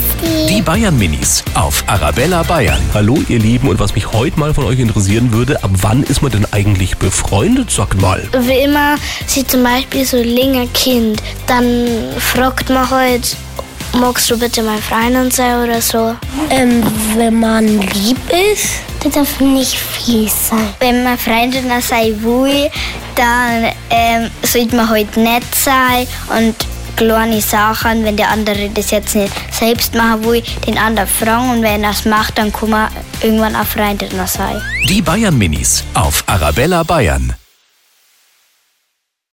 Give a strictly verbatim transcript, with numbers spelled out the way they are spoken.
Christi. Die Bayern Minis auf Arabella Bayern. Hallo ihr Lieben, und was mich heute mal von euch interessieren würde, ab wann ist man denn eigentlich befreundet, sagt mal? Wie immer, sie zum Beispiel so länger Kind, dann fragt man halt, magst du bitte mein Freund sein oder so. Ähm, wenn man lieb ist, das darf nicht viel sein. Wenn man Freundin sein will, dann ähm, sollte man halt nett sein und kleine Sachen, wenn der andere das jetzt nicht selbst machen will, den anderen fragen, und wenn er es macht, dann kann man irgendwann auch Freundin sein. Die Bayern Minis auf Arabella Bayern.